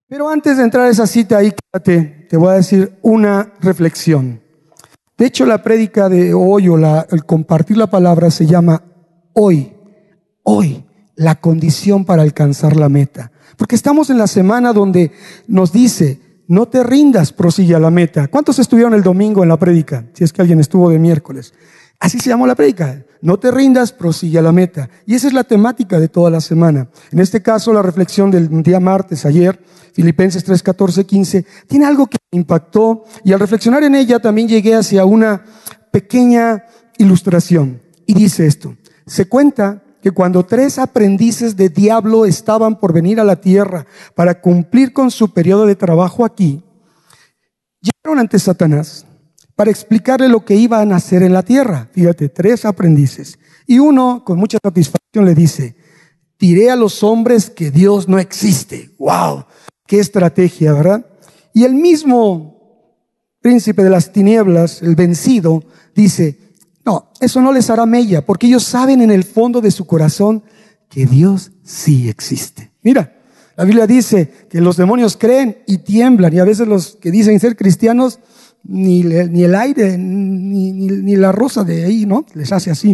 Pero antes de entrar a esa cita ahí, quédate, te voy a decir una reflexión. De hecho, la prédica de hoy o el compartir la palabra se llama hoy, la condición para alcanzar la meta. Porque estamos en la semana donde nos dice, no te rindas, prosigue a la meta. ¿Cuántos estuvieron el domingo en la prédica? Si es que alguien estuvo de miércoles. Así se llamó la prédica. No te rindas, prosigue a la meta. Y esa es la temática de toda la semana. En este caso, la reflexión del día martes, ayer, Filipenses 3, 14, 15, tiene algo que me impactó. Y al reflexionar en ella también llegué hacia una pequeña ilustración. Y dice esto: se cuenta que cuando 3 aprendices de diablo estaban por venir a la tierra para cumplir con su periodo de trabajo aquí, llegaron ante Satanás para explicarle lo que iban a hacer en la tierra. Fíjate, 3 aprendices. Y uno, con mucha satisfacción, le dice: diré a los hombres que Dios no existe. ¡Wow! ¡Qué estrategia!, ¿verdad? Y el mismo príncipe de las tinieblas, el vencido, dice: no, eso no les hará mella, porque ellos saben en el fondo de su corazón que Dios sí existe. Mira, la Biblia dice que los demonios creen y tiemblan, y a veces los que dicen ser cristianos, ni el aire, ni la rosa de ahí, ¿no?, les hace así.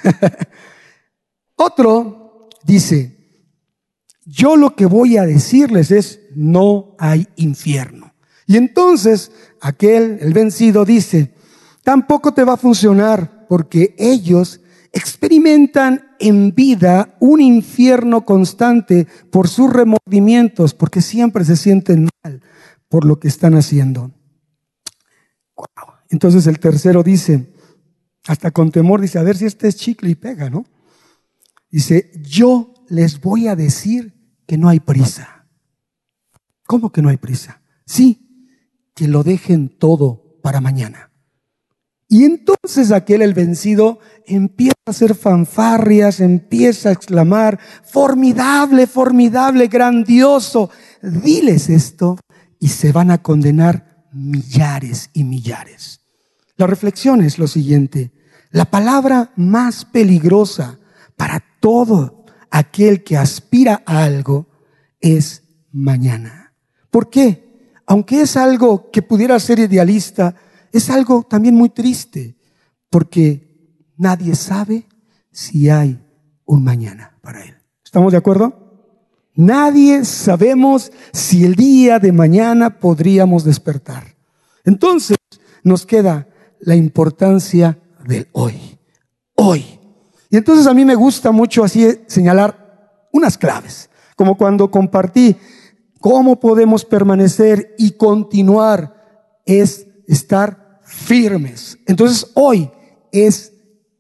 Otro dice: yo lo que voy a decirles es, no hay infierno. Y entonces aquel, el vencido, dice: tampoco te va a funcionar, porque ellos experimentan en vida un infierno constante por sus remordimientos, porque siempre se sienten mal por lo que están haciendo. Wow. Entonces el tercero dice, hasta con temor, dice: a ver si este es chicle y pega, ¿no? Dice: yo les voy a decir que no hay prisa. ¿Cómo que no hay prisa? Sí, que lo dejen todo para mañana. Y entonces aquel, el vencido, empieza a hacer fanfarrias, empieza a exclamar: formidable, formidable, grandioso. Diles esto y se van a condenar millares y millares. La reflexión es lo siguiente: la palabra más peligrosa para todo aquel que aspira a algo es mañana. ¿Por qué? Aunque es algo que pudiera ser idealista, es algo también muy triste, porque nadie sabe si hay un mañana para él. ¿Estamos de acuerdo? Nadie sabemos si el día de mañana podríamos despertar. Entonces nos queda la importancia del hoy. Hoy. Y entonces a mí me gusta mucho así señalar unas claves, como cuando compartí cómo podemos permanecer y continuar, es estar firmes. Entonces hoy es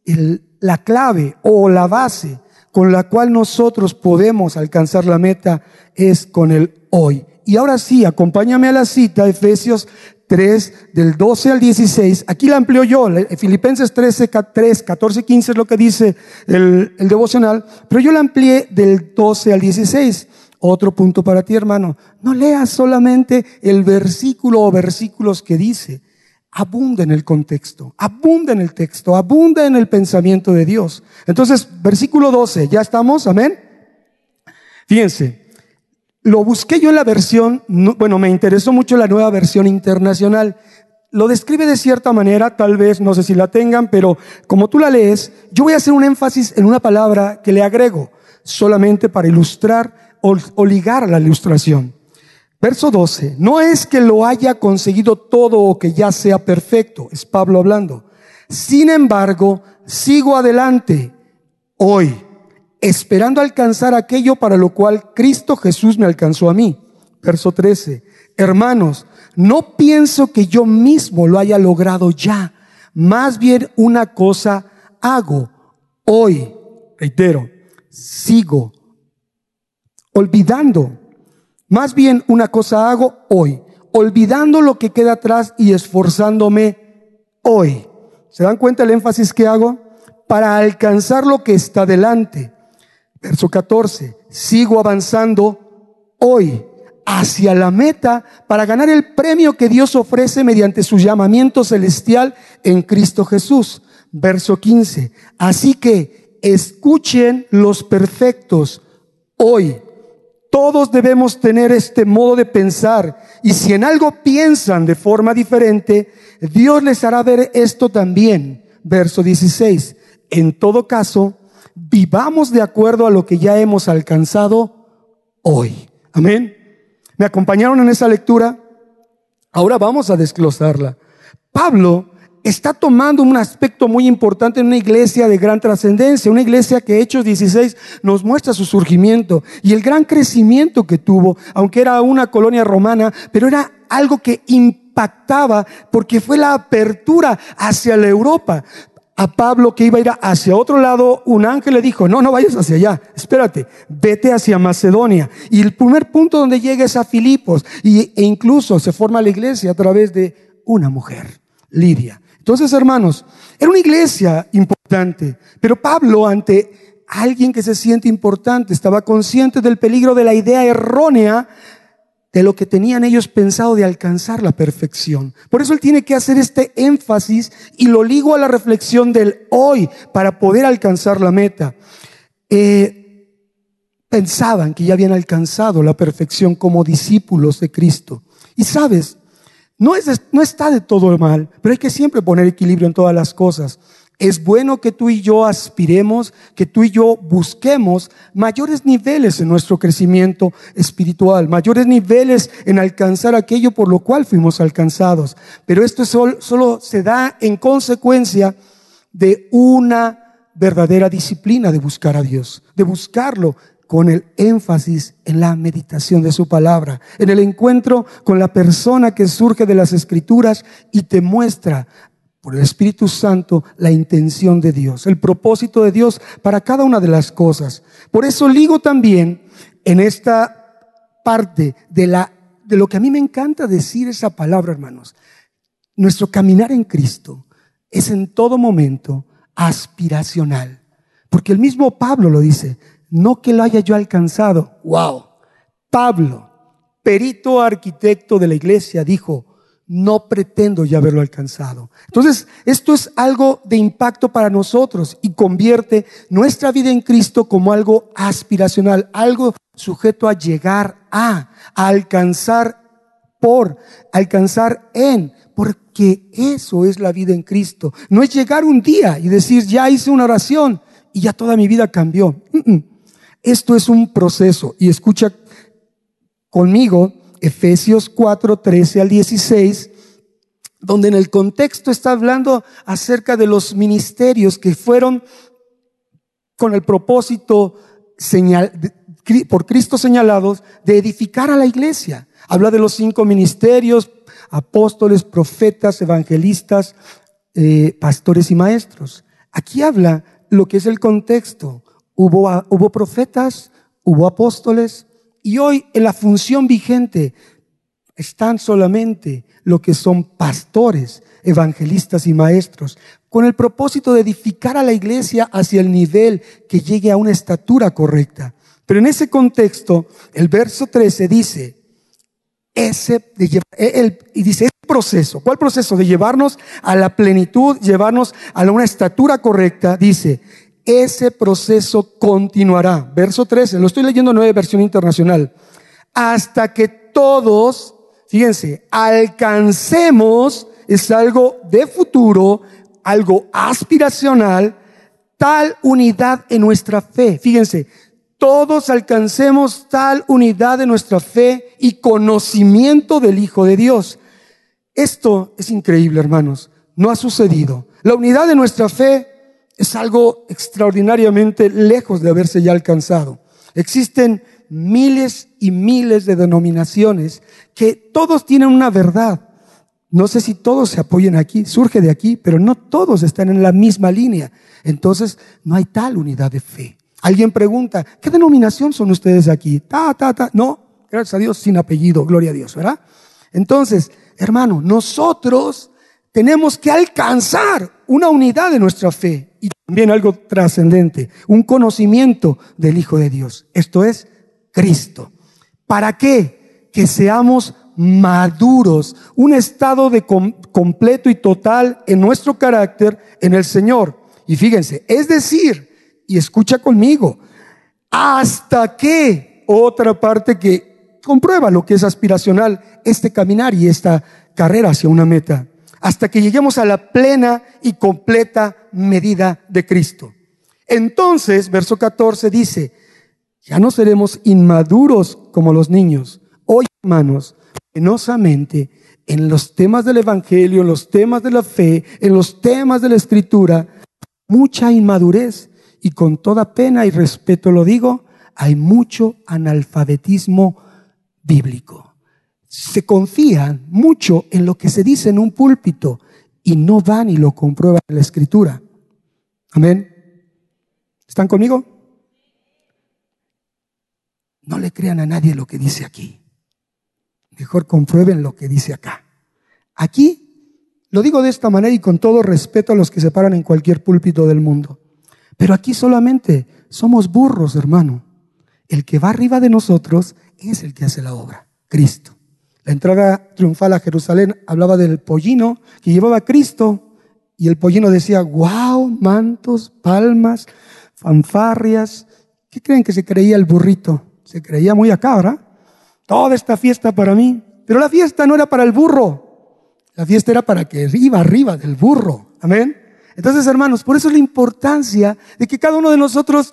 la clave o la base con la cual nosotros podemos alcanzar la meta, es con el hoy. Y ahora sí, acompáñame a la cita, Efesios 3, del 12 al 16. Aquí la amplio yo, Filipenses 3, 14 y 15 es lo que dice el devocional, pero yo la amplié del 12 al 16. Otro punto para ti, hermano: no leas solamente el versículo o versículos que dice, abunda en el contexto, abunda en el texto, abunda en el pensamiento de Dios. Entonces, versículo 12, ¿ya estamos? Amén. Fíjense, lo busqué yo en la versión, bueno, me interesó mucho la Nueva Versión Internacional. Lo describe de cierta manera, tal vez, no sé si la tengan, pero como tú la lees, yo voy a hacer un énfasis en una palabra que le agrego, solamente para ilustrar o ligar a la ilustración. Verso 12: no es que lo haya conseguido todo o que ya sea perfecto, es Pablo hablando. Sin embargo, sigo adelante hoy, esperando alcanzar aquello para lo cual Cristo Jesús me alcanzó a mí. Verso 13: hermanos, no pienso que yo mismo lo haya logrado ya, más bien una cosa hago hoy, reitero, sigo olvidando. Más bien una cosa hago hoy, olvidando lo que queda atrás y esforzándome hoy. ¿Se dan cuenta el énfasis que hago? Para alcanzar lo que está delante. Verso 14: sigo avanzando hoy hacia la meta para ganar el premio que Dios ofrece mediante su llamamiento celestial en Cristo Jesús. Verso 15: así que escuchen los perfectos hoy. Todos debemos tener este modo de pensar, y si en algo piensan de forma diferente, Dios les hará ver esto también. Verso 16. En todo caso, vivamos de acuerdo a lo que ya hemos alcanzado hoy. Amén. ¿Me acompañaron en esa lectura? Ahora vamos a desglosarla. Pablo está tomando un aspecto muy importante en una iglesia de gran trascendencia, una iglesia que Hechos 16 nos muestra su surgimiento y el gran crecimiento que tuvo, aunque era una colonia romana, pero era algo que impactaba porque fue la apertura hacia la Europa. A Pablo, que iba a ir hacia otro lado, un ángel le dijo: no vayas hacia allá, espérate, vete hacia Macedonia. Y el primer punto donde llega es a Filipos, e incluso se forma la iglesia a través de una mujer, Lidia. Entonces, hermanos, era una iglesia importante, pero Pablo, ante alguien que se siente importante, estaba consciente del peligro de la idea errónea de lo que tenían ellos pensado de alcanzar la perfección. Por eso él tiene que hacer este énfasis y lo ligo a la reflexión del hoy para poder alcanzar la meta. Pensaban que ya habían alcanzado la perfección como discípulos de Cristo. Y sabes, no está de todo mal, pero hay que siempre poner equilibrio en todas las cosas. Es bueno que tú y yo aspiremos, que tú y yo busquemos mayores niveles en nuestro crecimiento espiritual, mayores niveles en alcanzar aquello por lo cual fuimos alcanzados. Pero esto solo se da en consecuencia de una verdadera disciplina de buscar a Dios, de buscarlo con el énfasis en la meditación de su palabra, en el encuentro con la persona que surge de las Escrituras y te muestra por el Espíritu Santo la intención de Dios, el propósito de Dios para cada una de las cosas. Por eso ligo también en esta parte de lo que a mí me encanta decir esa palabra, hermanos. Nuestro caminar en Cristo es en todo momento aspiracional, porque el mismo Pablo lo dice: no que lo haya yo alcanzado. Wow. Pablo, perito arquitecto de la iglesia, dijo: no pretendo ya haberlo alcanzado. Entonces, esto es algo de impacto para nosotros y convierte nuestra vida en Cristo como algo aspiracional, algo sujeto a llegar a alcanzar porque eso es la vida en Cristo. No es llegar un día y decir: ya hice una oración y ya toda mi vida cambió. Esto es un proceso, y escucha conmigo Efesios 4, 13 al 16, donde en el contexto está hablando acerca de los ministerios que fueron con el propósito por Cristo señalados de edificar a la iglesia. Habla de los 5 ministerios: apóstoles, profetas, evangelistas, pastores y maestros. Aquí habla lo que es el contexto. Hubo profetas, hubo apóstoles, y hoy en la función vigente están solamente lo que son pastores, evangelistas y maestros, con el propósito de edificar a la iglesia hacia el nivel que llegue a una estatura correcta. Pero en ese contexto, el verso 13 dice, ese proceso, ¿cuál proceso? De llevarnos a la plenitud, llevarnos a una estatura correcta, dice: ese proceso continuará. Verso 13, lo estoy leyendo en Nueva Versión Internacional. Hasta que todos, fíjense, alcancemos, es algo de futuro, algo aspiracional, tal unidad en nuestra fe. Fíjense, todos alcancemos tal unidad de nuestra fe y conocimiento del Hijo de Dios. Esto es increíble, hermanos. No ha sucedido. La unidad de nuestra fe es algo extraordinariamente lejos de haberse ya alcanzado. Existen miles y miles de denominaciones que todos tienen una verdad. No sé si todos se apoyan aquí, surge de aquí, pero no todos están en la misma línea. Entonces no hay tal unidad de fe. Alguien pregunta: ¿qué denominación son ustedes aquí? No, gracias a Dios, sin apellido, gloria a Dios, ¿verdad? Entonces, hermano, nosotros tenemos que alcanzar una unidad de nuestra fe y también algo trascendente, un conocimiento del Hijo de Dios. Esto es Cristo. ¿Para qué? Que seamos maduros, un estado de completo y total en nuestro carácter en el Señor. Y fíjense, es decir, y escucha conmigo, hasta que otra parte que comprueba lo que es aspiracional, este caminar y esta carrera hacia una meta, hasta que lleguemos a la plena y completa medida de Cristo. Entonces, verso 14 dice, ya no seremos inmaduros como los niños. Hoy, hermanos, penosamente, en los temas del evangelio, en los temas de la fe, en los temas de la escritura, mucha inmadurez, y con toda pena y respeto lo digo, hay mucho analfabetismo bíblico. Se confían mucho en lo que se dice en un púlpito y no van y lo comprueban en la escritura. Amén. ¿Están conmigo? No le crean a nadie lo que dice aquí. Mejor comprueben lo que dice acá. Aquí, lo digo de esta manera y con todo respeto a los que se paran en cualquier púlpito del mundo. Pero aquí solamente somos burros, hermano. El que va arriba de nosotros es el que hace la obra, Cristo. La entrada triunfal a Jerusalén hablaba del pollino que llevaba a Cristo, y el pollino decía, wow, mantos, palmas, fanfarrias. ¿Qué creen que se creía el burrito? Se creía muy acá, ¿verdad? Toda esta fiesta para mí. Pero la fiesta no era para el burro. La fiesta era para que iba arriba del burro. Amén. Entonces, hermanos, por eso es la importancia de que cada uno de nosotros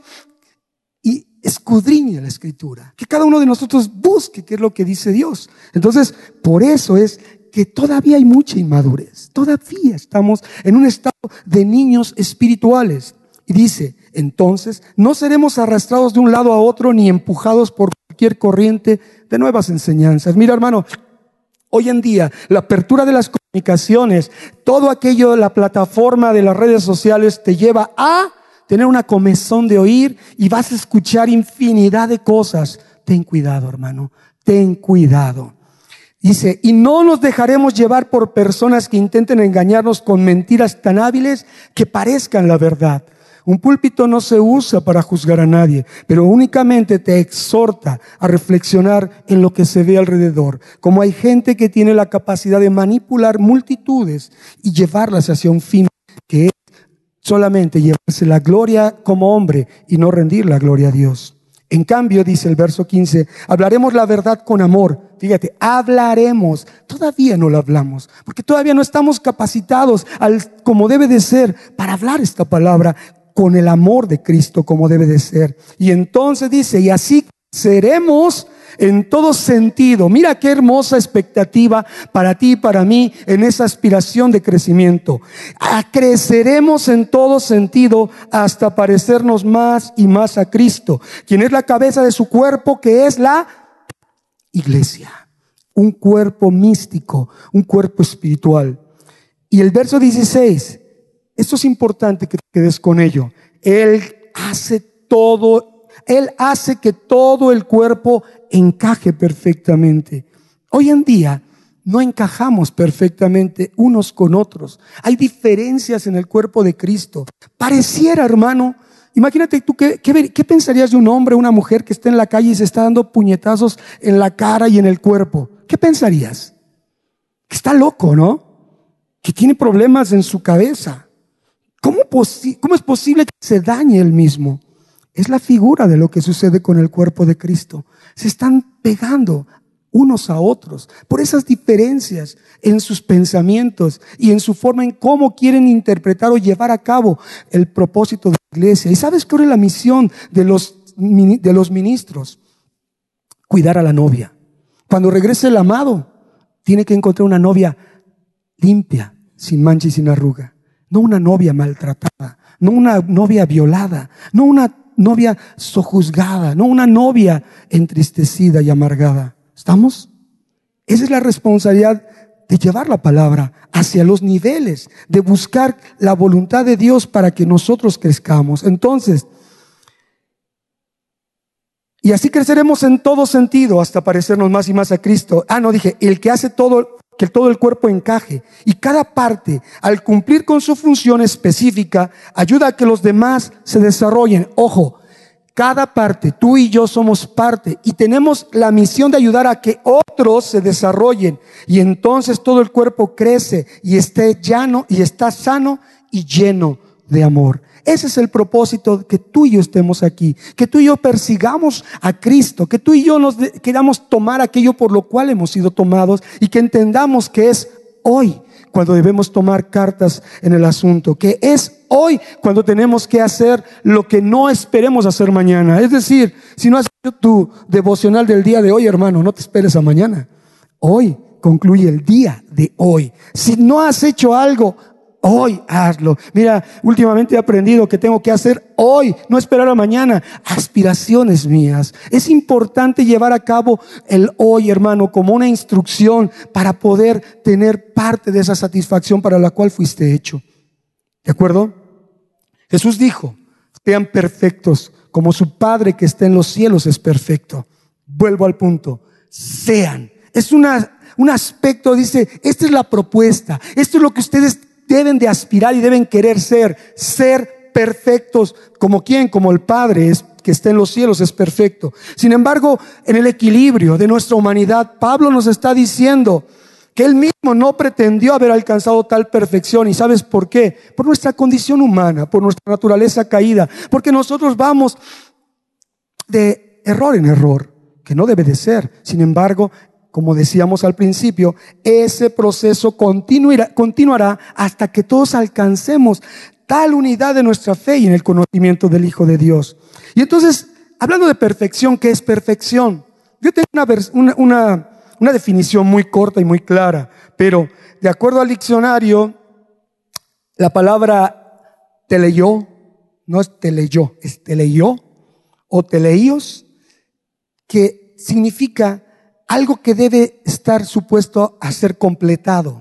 escudriñe la escritura, que cada uno de nosotros busque qué es lo que dice Dios. Entonces, por eso es que todavía hay mucha inmadurez. Todavía estamos en un estado de niños espirituales. Y dice, entonces, no seremos arrastrados de un lado a otro ni empujados por cualquier corriente de nuevas enseñanzas. Mira, hermano, hoy en día, la apertura de las comunicaciones, todo aquello, la plataforma de las redes sociales te lleva a tener una comezón de oír y vas a escuchar infinidad de cosas. Ten cuidado, hermano, ten cuidado. Dice, y no nos dejaremos llevar por personas que intenten engañarnos con mentiras tan hábiles que parezcan la verdad. Un púlpito no se usa para juzgar a nadie, pero únicamente te exhorta a reflexionar en lo que se ve alrededor. Como hay gente que tiene la capacidad de manipular multitudes y llevarlas hacia un fin que es solamente llevarse la gloria como hombre y no rendir la gloria a Dios. En cambio, dice el verso 15, hablaremos la verdad con amor. Fíjate, hablaremos. Todavía no lo hablamos, porque todavía no estamos capacitados como debe de ser para hablar esta palabra con el amor de Cristo como debe de ser. Y entonces dice, y así seremos en todo sentido. Mira qué hermosa expectativa para ti y para mí en esa aspiración de crecimiento. Creceremos en todo sentido hasta parecernos más y más a Cristo, quien es la cabeza de su cuerpo, que es la iglesia. Un cuerpo místico, un cuerpo espiritual. Y el verso 16, esto es importante que te quedes con ello. Él hace que todo el cuerpo encaje perfectamente. Hoy en día no encajamos perfectamente unos con otros. Hay diferencias en el cuerpo de Cristo. Pareciera, hermano, imagínate tú, ¿qué pensarías de un hombre o una mujer que está en la calle y se está dando puñetazos en la cara y en el cuerpo? ¿Qué pensarías? Que está loco, ¿no? Que tiene problemas en su cabeza. ¿Cómo es posible que se dañe él mismo? Es la figura de lo que sucede con el cuerpo de Cristo. Se están pegando unos a otros por esas diferencias en sus pensamientos y en su forma en cómo quieren interpretar o llevar a cabo el propósito de la iglesia. ¿Y sabes cuál es la misión de los ministros? Cuidar a la novia. Cuando regrese el amado, tiene que encontrar una novia limpia, sin mancha y sin arruga. No una novia maltratada, no una novia violada, no una novia sojuzgada, no una novia entristecida y amargada. ¿Estamos? Esa es la responsabilidad de llevar la palabra hacia los niveles, de buscar la voluntad de Dios para que nosotros crezcamos. Entonces, y así creceremos en todo sentido hasta parecernos más y más a Cristo. El que hace que todo el cuerpo encaje, y cada parte, al cumplir con su función específica, ayuda a que los demás se desarrollen. Ojo, cada parte, tú y yo somos parte y tenemos la misión de ayudar a que otros se desarrollen, y entonces todo el cuerpo crece y está sano y lleno de amor. Ese es el propósito, que tú y yo estemos aquí, que tú y yo persigamos a Cristo, que tú y yo queramos tomar aquello por lo cual hemos sido tomados y que entendamos que es hoy cuando debemos tomar cartas en el asunto, que es hoy cuando tenemos que hacer lo que no esperemos hacer mañana. Es decir, si no has hecho tu devocional del día de hoy, hermano, no te esperes a mañana. Hoy concluye el día de hoy. Si no has hecho algo, hoy hazlo. Mira, últimamente he aprendido que tengo que hacer hoy, no esperar a mañana. Aspiraciones mías. Es importante llevar a cabo el hoy, hermano, como una instrucción para poder tener parte de esa satisfacción para la cual fuiste hecho. ¿De acuerdo? Jesús dijo: sean perfectos como su Padre que está en los cielos es perfecto. Vuelvo al punto. Sean. Es un aspecto, dice, esta es la propuesta. Esto es lo que ustedes deben de aspirar y deben querer ser perfectos. ¿Como quién? Como el Padre que está en los cielos es perfecto. Sin embargo, en el equilibrio de nuestra humanidad, Pablo nos está diciendo que él mismo no pretendió haber alcanzado tal perfección. ¿Y sabes por qué? Por nuestra condición humana, por nuestra naturaleza caída, porque nosotros vamos de error en error, que no debe de ser. Sin embargo, como decíamos al principio, ese proceso continuará hasta que todos alcancemos tal unidad de nuestra fe y en el conocimiento del Hijo de Dios. Y entonces, hablando de perfección, ¿qué es perfección? Yo tengo una definición muy corta y muy clara, pero de acuerdo al diccionario, la palabra teleió, no es teleyó, es teleió o teleios, que significa algo que debe estar supuesto a ser completado.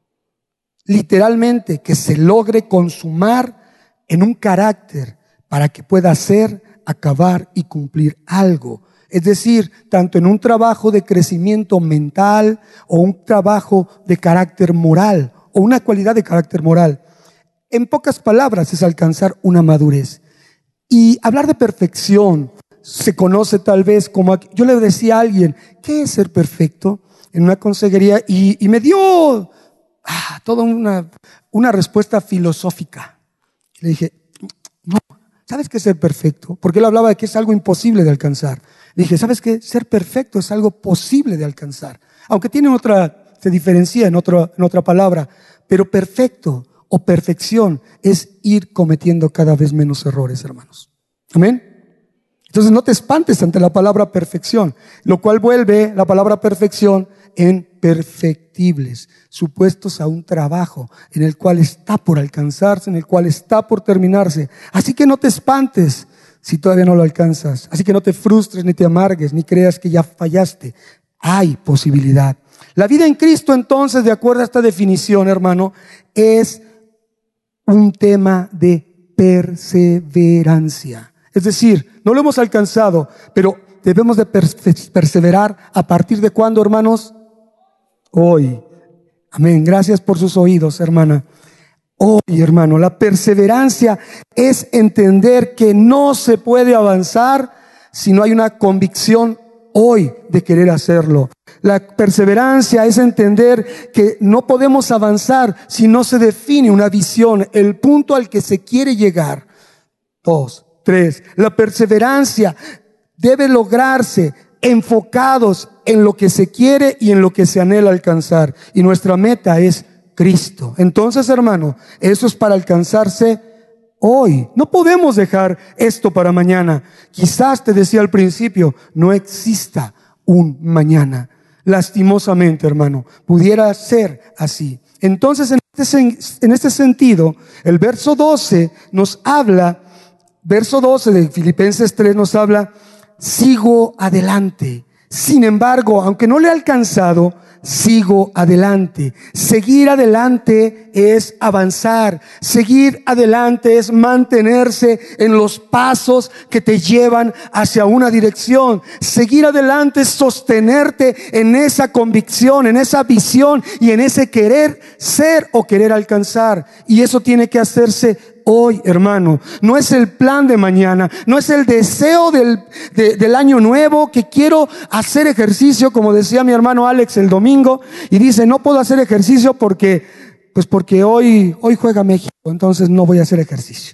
Literalmente, que se logre consumar en un carácter para que pueda hacer, acabar y cumplir algo. Es decir, tanto en un trabajo de crecimiento mental o un trabajo de carácter moral o una cualidad de carácter moral. En pocas palabras, es alcanzar una madurez. Y hablar de perfección se conoce tal vez como, yo le decía a alguien, ¿qué es ser perfecto? En una consejería y me dio toda una respuesta filosófica. Le dije, no, ¿sabes qué es ser perfecto? Porque él hablaba de que es algo imposible de alcanzar. Le dije, ¿sabes qué? Ser perfecto es algo posible de alcanzar. Aunque se diferencia en otra palabra, pero perfecto o perfección es ir cometiendo cada vez menos errores, hermanos. Amén. Entonces no te espantes ante la palabra perfección, lo cual vuelve la palabra perfección en perfectibles, supuestos a un trabajo en el cual está por alcanzarse, en el cual está por terminarse. Así que no te espantes si todavía no lo alcanzas. Así que no te frustres, ni te amargues, ni creas que ya fallaste. Hay posibilidad. La vida en Cristo, entonces, de acuerdo a esta definición, hermano, es un tema de perseverancia. Es decir, no lo hemos alcanzado, pero debemos de perseverar. ¿A partir de cuándo, hermanos? Hoy. Amén. Gracias por sus oídos, hermana. Hoy, hermano, la perseverancia es entender que no se puede avanzar si no hay una convicción hoy de querer hacerlo. La perseverancia es entender que no podemos avanzar si no se define una visión, el punto al que se quiere llegar. 2, 3. La perseverancia debe lograrse enfocados en lo que se quiere y en lo que se anhela alcanzar. Y nuestra meta es Cristo. Entonces, hermano, eso es para alcanzarse hoy. No podemos dejar esto para mañana. Quizás, te decía al principio, no exista un mañana. Lastimosamente, hermano, pudiera ser así. Entonces, en este sentido, el verso 12 nos habla, verso 12 de Filipenses 3 nos habla, sigo adelante. Sin embargo, aunque no le he alcanzado, sigo adelante. Seguir adelante es avanzar. Seguir adelante es mantenerse en los pasos que te llevan hacia una dirección. Seguir adelante es sostenerte en esa convicción, en esa visión y en ese querer ser o querer alcanzar. Y eso tiene que hacerse hoy, hermano. No es el plan de mañana, no es el deseo del año nuevo, que quiero hacer ejercicio, como decía mi hermano Alex el domingo, y dice, no puedo hacer ejercicio porque hoy juega México, entonces no voy a hacer ejercicio.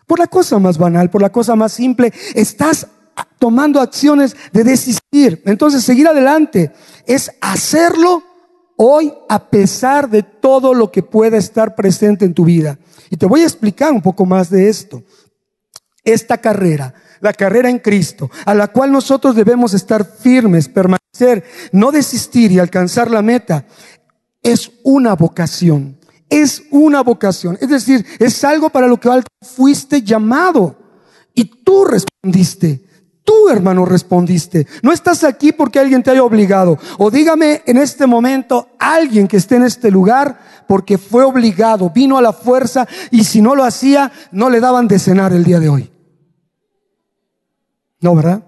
Por la cosa más banal, por la cosa más simple, estás tomando acciones de desistir. Entonces, seguir adelante es hacerlo hoy a pesar de todo lo que pueda estar presente en tu vida. Y te voy a explicar un poco más de esto. Esta carrera, la carrera en Cristo, a la cual nosotros debemos estar firmes, permanecer, no desistir y alcanzar la meta, es una vocación. Es una vocación. Es decir, es algo para lo que fuiste llamado. Y tú respondiste. Tú, hermano, respondiste. No estás aquí porque alguien te haya obligado. O dígame en este momento alguien que esté en este lugar porque fue obligado, vino a la fuerza, y si no lo hacía, no le daban de cenar el día de hoy. No, ¿verdad?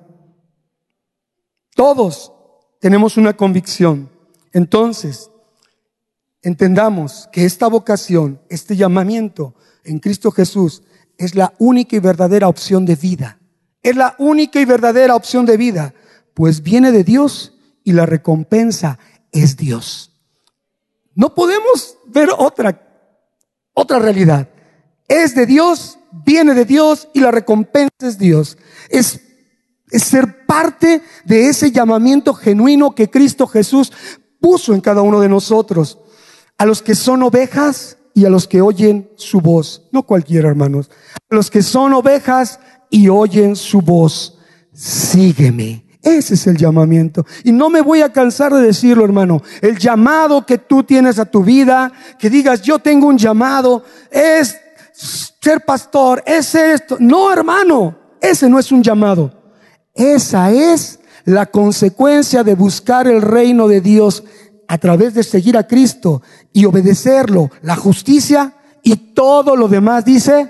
Todos tenemos una convicción. Entonces, entendamos que esta vocación, este llamamiento en Cristo Jesús es la única y verdadera opción de vida. Es la única y verdadera opción de vida, pues viene de Dios y la recompensa es Dios. No podemos ver otra realidad. Es de Dios, viene de Dios y la recompensa es Dios. Es ser parte de ese llamamiento genuino que Cristo Jesús puso en cada uno de nosotros. A los que son ovejas y a los que oyen su voz. No cualquiera, hermanos. A los que son ovejas y oyen su voz. Sígueme. Ese es el llamamiento. Y no me voy a cansar de decirlo, hermano. El llamado que tú tienes a tu vida, que digas, yo tengo un llamado, es ser pastor, es esto. No, hermano, ese no es un llamado. Esa es la consecuencia de buscar el reino de Dios a través de seguir a Cristo y obedecerlo, la justicia y todo lo demás, dice,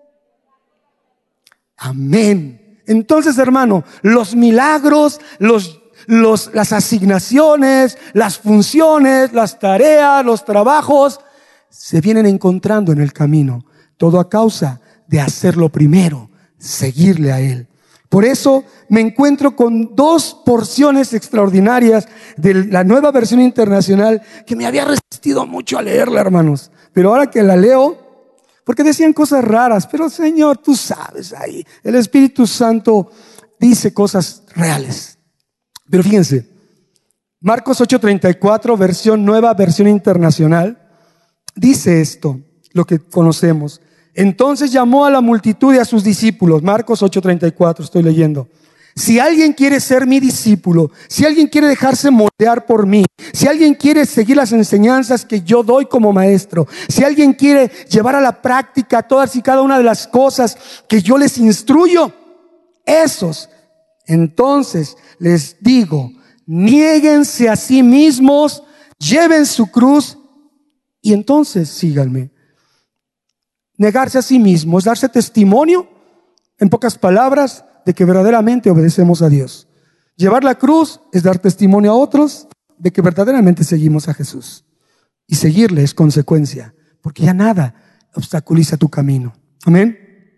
amén. Entonces, hermano, los milagros, las asignaciones, las funciones, las tareas, los trabajos, se vienen encontrando en el camino. Todo a causa de hacerlo primero, seguirle a Él. Por eso me encuentro con dos porciones extraordinarias de la Nueva Versión Internacional que me había resistido mucho a leerla, hermanos. Pero ahora que la leo, porque decían cosas raras, pero Señor, tú sabes, ahí el Espíritu Santo dice cosas reales. Pero fíjense, Marcos 8:34, Nueva Versión Internacional, dice esto, lo que conocemos. Entonces llamó a la multitud y a sus discípulos. Marcos 8:34, estoy leyendo. Si alguien quiere ser mi discípulo, si alguien quiere dejarse moldear por mí, si alguien quiere seguir las enseñanzas que yo doy como maestro, si alguien quiere llevar a la práctica todas y cada una de las cosas que yo les instruyo, esos, entonces les digo, niéguense a sí mismos, lleven su cruz y entonces síganme. Negarse a sí mismo es darse testimonio, en pocas palabras, de que verdaderamente obedecemos a Dios. Llevar la cruz es dar testimonio a otros de que verdaderamente seguimos a Jesús. Y seguirle es consecuencia, porque ya nada obstaculiza tu camino. Amén.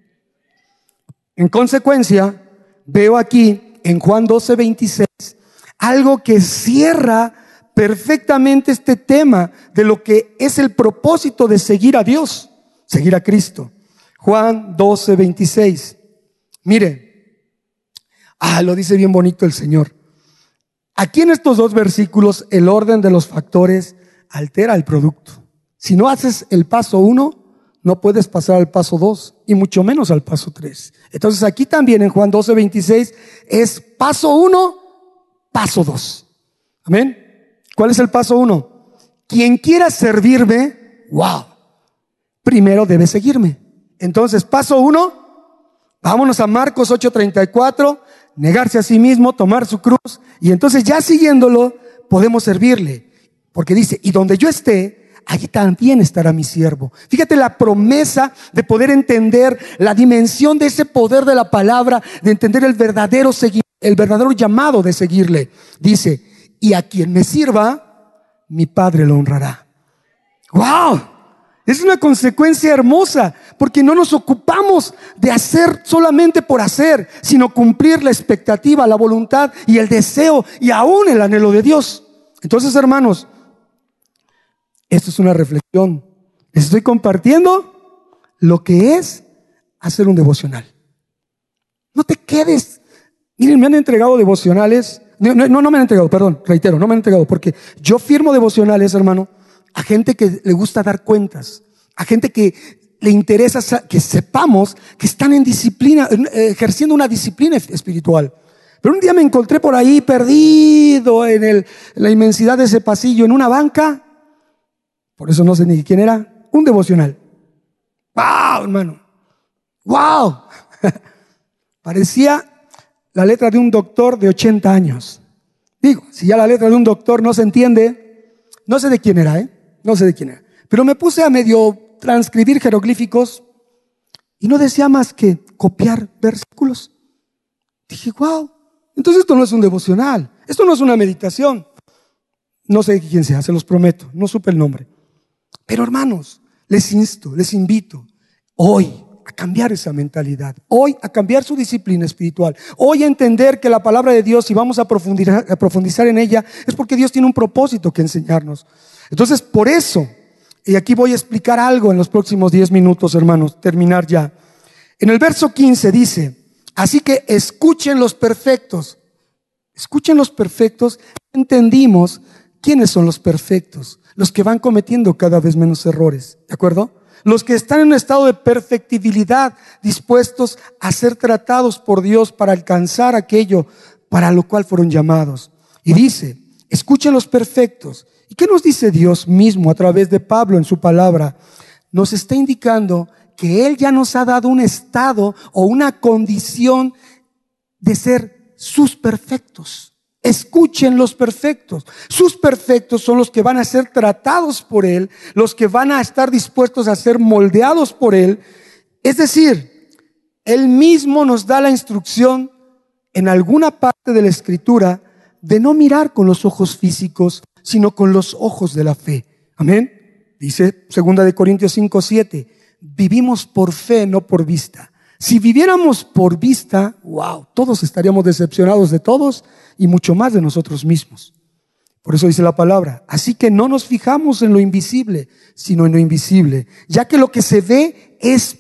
En consecuencia, veo aquí en Juan 12:26 algo que cierra perfectamente este tema de lo que es el propósito de seguir a Dios. Seguir a Cristo. Juan 12:26. Mire, lo dice bien bonito el Señor. Aquí en estos dos versículos el orden de los factores altera el producto. Si no haces el paso 1, no puedes pasar al paso 2 y mucho menos al paso 3. Entonces aquí también en Juan 12:26 es paso 1, paso 2. Amén. ¿Cuál es el paso 1? Quien quiera servirme, primero debe seguirme. Entonces, paso 1, vámonos a Marcos 8:34, negarse a sí mismo, tomar su cruz, y entonces ya siguiéndolo podemos servirle, porque dice, y donde yo esté, allí también estará mi siervo. Fíjate la promesa de poder entender la dimensión de ese poder de la palabra, de entender el verdadero llamado de seguirle. Dice, y a quien me sirva, mi Padre lo honrará. ¡Wow! Es una consecuencia hermosa, porque no nos ocupamos de hacer solamente por hacer, sino cumplir la expectativa, la voluntad y el deseo y aún el anhelo de Dios. Entonces, hermanos, esto es una reflexión. Les estoy compartiendo lo que es a hacer un devocional. No te quedes. Miren, me han entregado devocionales. No me han entregado, perdón, reitero, no me han entregado, porque yo firmo devocionales, hermano, a gente que le gusta dar cuentas, a gente que le interesa que sepamos que están en disciplina, ejerciendo una disciplina espiritual. Pero un día me encontré por ahí perdido en la inmensidad de ese pasillo, en una banca, por eso no sé ni quién era, un devocional. ¡Wow, hermano! ¡Wow! Parecía la letra de un doctor de 80 años. Digo, si ya la letra de un doctor no se entiende, no sé de quién era, no sé de quién era. Pero me puse a medio transcribir jeroglíficos y no decía más que copiar versículos. Dije, wow, entonces esto no es un devocional, esto no es una meditación. No sé quién sea, se los prometo, no supe el nombre. Pero hermanos, les insto, les invito hoy a cambiar esa mentalidad, hoy a cambiar su disciplina espiritual, hoy a entender que la palabra de Dios, si vamos a profundizar en ella, es porque Dios tiene un propósito que enseñarnos. Entonces, por eso, y aquí voy a explicar algo en los próximos 10 minutos, hermanos, terminar ya. En el verso 15 dice, así que escuchen los perfectos. Escuchen los perfectos. Entendimos quiénes son los perfectos, los que van cometiendo cada vez menos errores, ¿de acuerdo? Los que están en un estado de perfectibilidad, dispuestos a ser tratados por Dios para alcanzar aquello para lo cual fueron llamados. Y dice, escuchen los perfectos. ¿Y qué nos dice Dios mismo a través de Pablo en su palabra? Nos está indicando que Él ya nos ha dado un estado o una condición de ser sus perfectos. Escuchen los perfectos. Sus perfectos son los que van a ser tratados por Él, los que van a estar dispuestos a ser moldeados por Él. Es decir, Él mismo nos da la instrucción en alguna parte de la Escritura de no mirar con los ojos físicos, sino con los ojos de la fe. Amén. Dice 2 Corintios 5:7, vivimos por fe, no por vista. Si viviéramos por vista, wow, todos estaríamos decepcionados de todos y mucho más de nosotros mismos. Por eso dice la palabra, así que no nos fijamos en lo invisible, sino en lo invisible, ya que lo que se ve es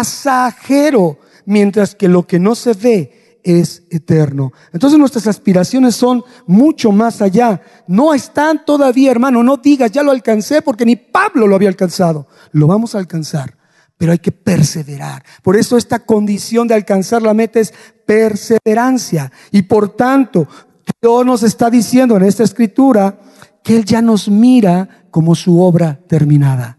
pasajero, mientras que lo que no se ve es eterno. Entonces nuestras aspiraciones son mucho más allá. No están todavía, hermano, no digas ya lo alcancé, porque ni Pablo lo había alcanzado. Lo vamos a alcanzar, pero hay que perseverar. Por eso esta condición de alcanzar la meta es perseverancia. Y por tanto, Dios nos está diciendo en esta escritura que Él ya nos mira como su obra terminada.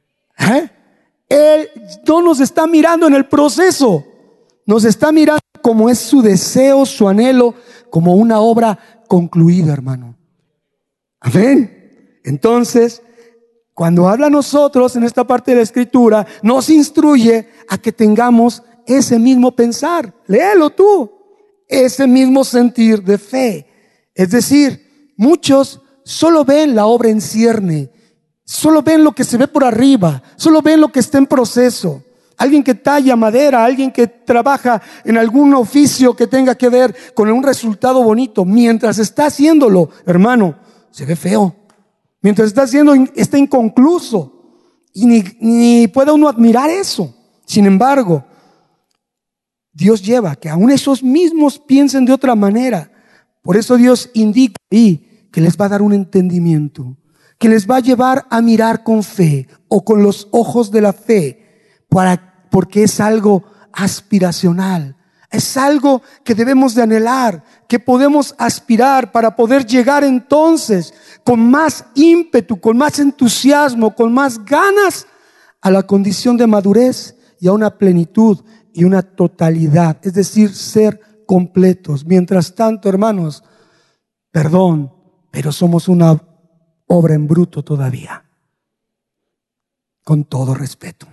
Él no nos está mirando en el proceso, nos está mirando como es su deseo, su anhelo, como una obra concluida, hermano. Amén. Entonces, cuando habla a nosotros en esta parte de la escritura, nos instruye a que tengamos ese mismo pensar. Léelo tú. Ese mismo sentir de fe. Es decir, muchos solo ven la obra en cierne, solo ven lo que se ve por arriba, solo ven lo que está en proceso. Alguien que talla madera, alguien que trabaja en algún oficio que tenga que ver con un resultado bonito, mientras está haciéndolo, hermano, se ve feo. Mientras está haciendo, está inconcluso y ni puede uno admirar eso. Sin embargo, Dios lleva que aún esos mismos piensen de otra manera. Por eso Dios indica ahí que les va a dar un entendimiento, que les va a llevar a mirar con fe o con los ojos de la fe, porque es algo aspiracional, es algo que debemos de anhelar, que podemos aspirar para poder llegar entonces con más ímpetu, con más entusiasmo, con más ganas a la condición de madurez y a una plenitud y una totalidad, es decir, ser completos. Mientras tanto, hermanos, perdón, pero somos una obra en bruto todavía, con todo respeto.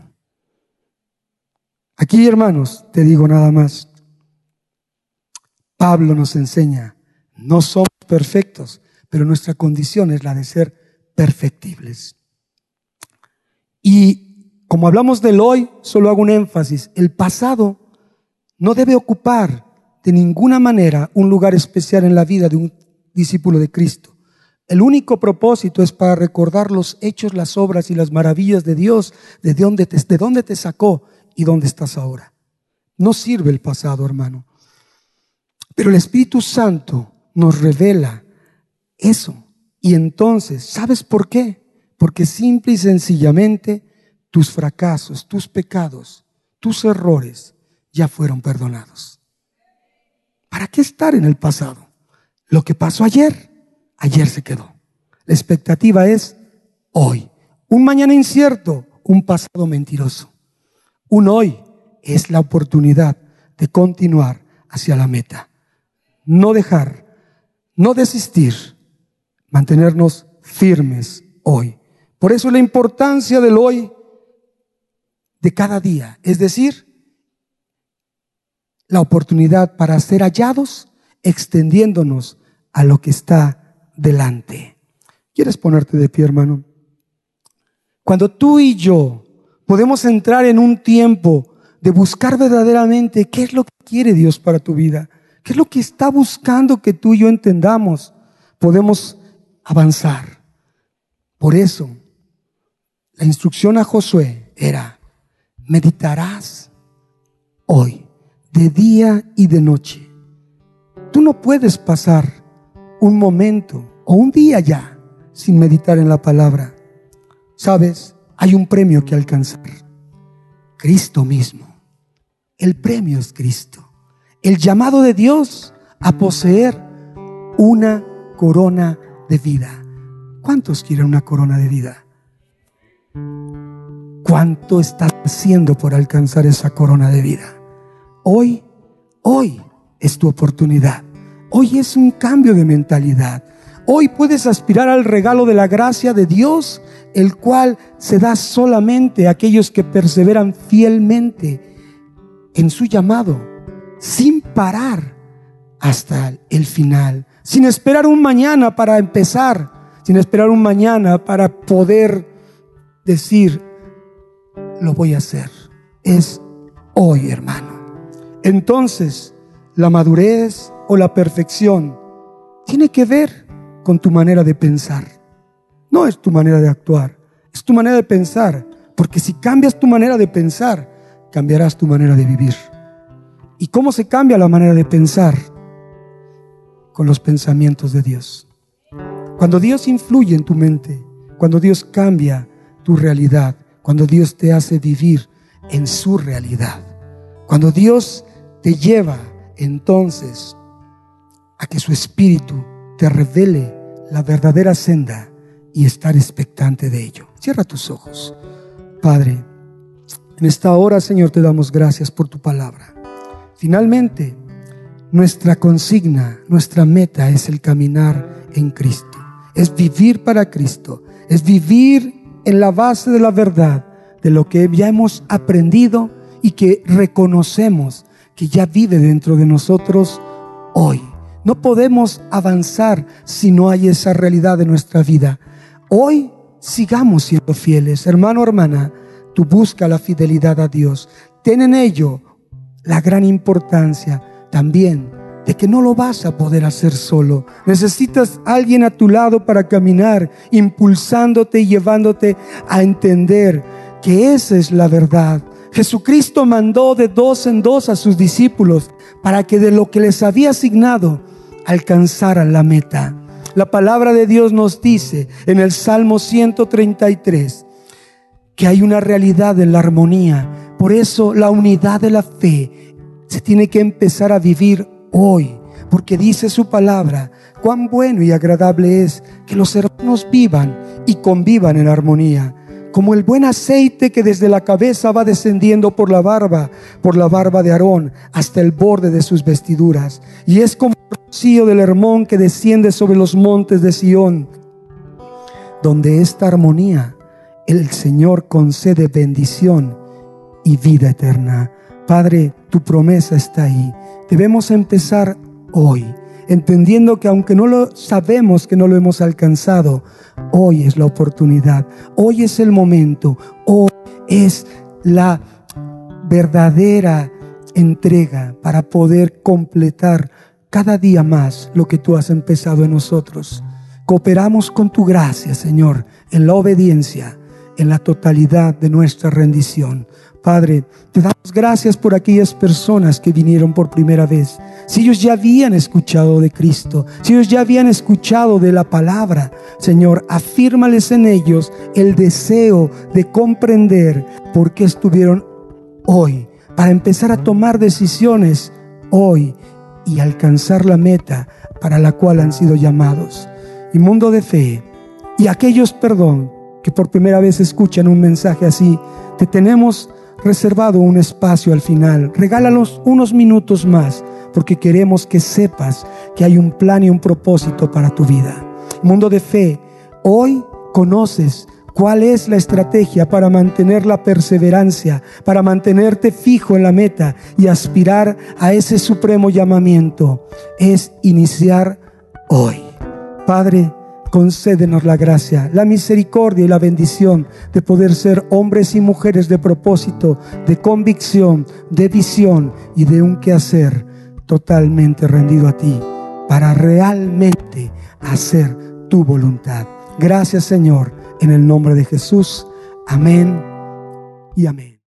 Aquí, hermanos, te digo nada más. Pablo nos enseña, no somos perfectos, pero nuestra condición es la de ser perfectibles. Y como hablamos del hoy, solo hago un énfasis. El pasado no debe ocupar de ninguna manera un lugar especial en la vida de un discípulo de Cristo. El único propósito es para recordar los hechos, las obras y las maravillas de Dios, de dónde te sacó y dónde estás ahora. No sirve el pasado, hermano. Pero el Espíritu Santo nos revela eso. Y entonces, ¿sabes por qué? Porque simple y sencillamente tus fracasos, tus pecados, tus errores ya fueron perdonados. ¿Para qué estar en el pasado? Lo que pasó ayer, ayer se quedó. La expectativa es hoy. Un mañana incierto, un pasado mentiroso. Un hoy es la oportunidad de continuar hacia la meta. No dejar, no desistir, mantenernos firmes hoy. Por eso la importancia del hoy de cada día, es decir, la oportunidad para ser hallados, extendiéndonos a lo que está delante. ¿Quieres ponerte de pie, hermano? Cuando tú y yo podemos entrar en un tiempo de buscar verdaderamente qué es lo que quiere Dios para tu vida, qué es lo que está buscando que tú y yo entendamos, podemos avanzar. Por eso, la instrucción a Josué era: meditarás hoy, de día y de noche. Tú no puedes pasar un momento o un día ya sin meditar en la palabra. ¿Sabes? Hay un premio que alcanzar. Cristo mismo. El premio es Cristo. El llamado de Dios a poseer una corona de vida. ¿Cuántos quieren una corona de vida? ¿Cuánto estás haciendo por alcanzar esa corona de vida? Hoy es tu oportunidad. Hoy es un cambio de mentalidad. Hoy puedes aspirar al regalo de la gracia de Dios, el cual se da solamente a aquellos que perseveran fielmente en su llamado, sin parar hasta el final, sin esperar un mañana para empezar, sin esperar un mañana para poder decir, lo voy a hacer. Es hoy, hermano. Entonces, la madurez o la perfección tiene que ver con tu manera de pensar. No es tu manera de actuar, es tu manera de pensar. Porque si cambias tu manera de pensar, cambiarás tu manera de vivir. ¿Y cómo se cambia la manera de pensar? Con los pensamientos de Dios. Cuando Dios influye en tu mente, cuando Dios cambia tu realidad, cuando Dios te hace vivir en su realidad, cuando Dios te lleva entonces a que su Espíritu te revele la verdadera senda y estar expectante de ello. Cierra tus ojos. Padre, en esta hora, Señor, te damos gracias por tu palabra. Finalmente, nuestra consigna, nuestra meta es el caminar en Cristo. Es vivir para Cristo. Es vivir en la base de la verdad, de lo que ya hemos aprendido y que reconocemos que ya vive dentro de nosotros hoy. No podemos avanzar si no hay esa realidad de nuestra vida. Hoy sigamos siendo fieles. Hermano, hermana, tú busca la fidelidad a Dios. Ten en ello la gran importancia también de que no lo vas a poder hacer solo. Necesitas a alguien a tu lado para caminar, impulsándote y llevándote a entender que esa es la verdad. Jesucristo mandó de 2 en 2 a sus discípulos para que de lo que les había asignado alcanzaran la meta. La palabra de Dios nos dice en el Salmo 133 que hay una realidad en la armonía. Por eso la unidad de la fe se tiene que empezar a vivir hoy, porque dice su palabra: cuán bueno y agradable es que los hermanos vivan y convivan en armonía, como el buen aceite que desde la cabeza va descendiendo por la barba de Aarón hasta el borde de sus vestiduras, y es como el rocío del Hermón que desciende sobre los montes de Sión, donde esta armonía el Señor concede bendición y vida eterna. Padre, tu promesa está ahí. Debemos empezar hoy, entendiendo que aunque no lo sabemos, que no lo hemos alcanzado, hoy es la oportunidad, hoy es el momento, hoy es la verdadera entrega para poder completar cada día más lo que tú has empezado en nosotros. Cooperamos con tu gracia, Señor, en la obediencia, en la totalidad de nuestra rendición. Padre, te damos gracias por aquellas personas que vinieron por primera vez. Si ellos ya habían escuchado de Cristo, si ellos ya habían escuchado de la palabra, Señor, afírmales en ellos el deseo de comprender por qué estuvieron hoy, para empezar a tomar decisiones hoy y alcanzar la meta para la cual han sido llamados. Y Mundo de Fe, y aquellos, que por primera vez escuchan un mensaje así, te tenemos reservado un espacio al final. Regálanos unos minutos más, porque queremos que sepas que hay un plan y un propósito para tu vida. Mundo de Fe, hoy conoces cuál es la estrategia para mantener la perseverancia, para mantenerte fijo en la meta y aspirar a ese supremo llamamiento. Es iniciar hoy. Padre, concédenos la gracia, la misericordia y la bendición de poder ser hombres y mujeres de propósito, de convicción, de visión y de un quehacer totalmente rendido a ti, para realmente hacer tu voluntad. Gracias, Señor, en el nombre de Jesús. Amén y amén.